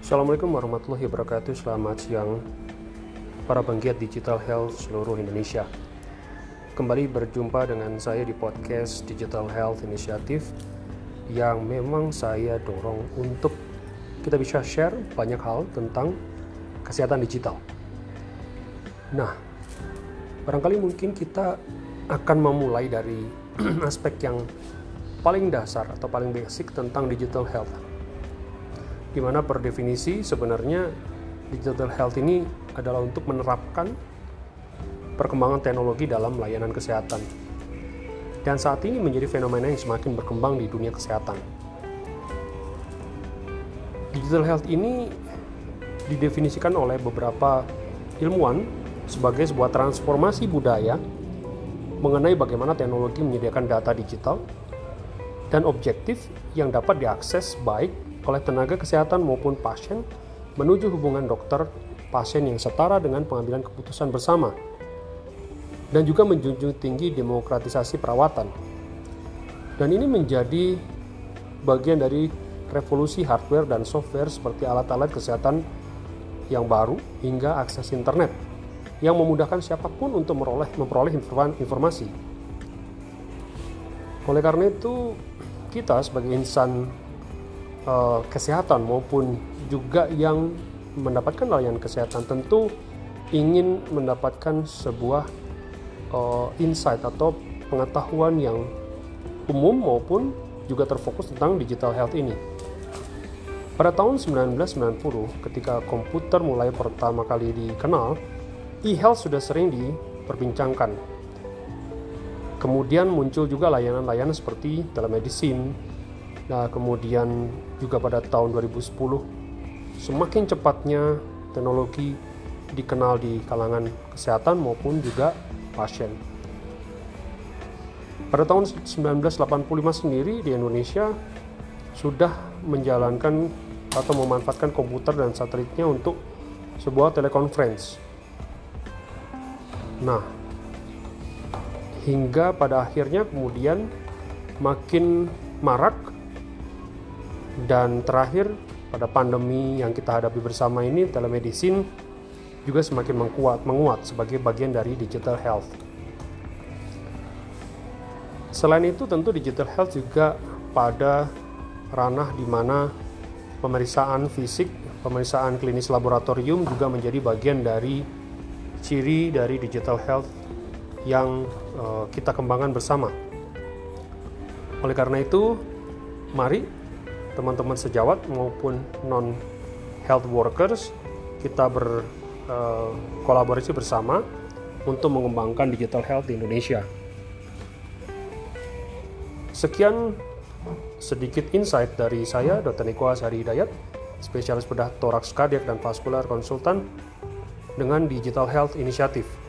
Assalamualaikum warahmatullahi wabarakatuh. Selamat siang para penggiat digital health seluruh Indonesia. Kembali berjumpa dengan saya di podcast Digital Health Initiative yang memang saya dorong untuk kita bisa share banyak hal tentang kesehatan digital. Nah, barangkali mungkin kita akan memulai dari aspek yang paling dasar atau paling basic tentang digital health, di mana per definisi sebenarnya digital health ini adalah untuk menerapkan perkembangan teknologi dalam layanan kesehatan. Dan saat ini menjadi fenomena yang semakin berkembang di dunia kesehatan. Digital health ini didefinisikan oleh beberapa ilmuwan sebagai sebuah transformasi budaya mengenai bagaimana teknologi menyediakan data digital dan objektif yang dapat diakses baik oleh tenaga kesehatan maupun pasien menuju hubungan dokter-pasien yang setara dengan pengambilan keputusan bersama, dan juga menjunjung tinggi demokratisasi perawatan. Dan ini menjadi bagian dari revolusi hardware dan software seperti alat-alat kesehatan yang baru hingga akses internet yang memudahkan siapapun untuk memperoleh informasi. Oleh karena itu, kita sebagai insan kesehatan maupun juga yang mendapatkan layanan kesehatan tentu ingin mendapatkan sebuah insight atau pengetahuan yang umum maupun juga terfokus tentang digital health ini. Pada tahun 1990 ketika komputer mulai pertama kali dikenal, e-health sudah sering diperbincangkan. Kemudian muncul juga layanan-layanan seperti telemedicine. Nah, kemudian juga pada tahun 2010 semakin cepatnya teknologi dikenal di kalangan kesehatan maupun juga pasien. Pada tahun 1985 sendiri di Indonesia sudah menjalankan atau memanfaatkan komputer dan satelitnya untuk sebuah telekonferensi. Nah, hingga pada akhirnya kemudian makin marak. Dan terakhir, pada pandemi yang kita hadapi bersama ini, telemedicine juga semakin menguat sebagai bagian dari digital health. Selain itu, tentu digital health juga pada ranah di mana pemeriksaan fisik, pemeriksaan klinis laboratorium juga menjadi bagian dari ciri dari digital health yang kita kembangkan bersama. Oleh karena itu, mari teman-teman sejawat maupun non-health workers kita berkolaborasi bersama untuk mengembangkan digital health di Indonesia. Sekian sedikit insight dari saya, Dr. Niko Ashari Hidayat, spesialis bedah toraks kardiak dan vaskular konsultan dengan Digital Health Initiative.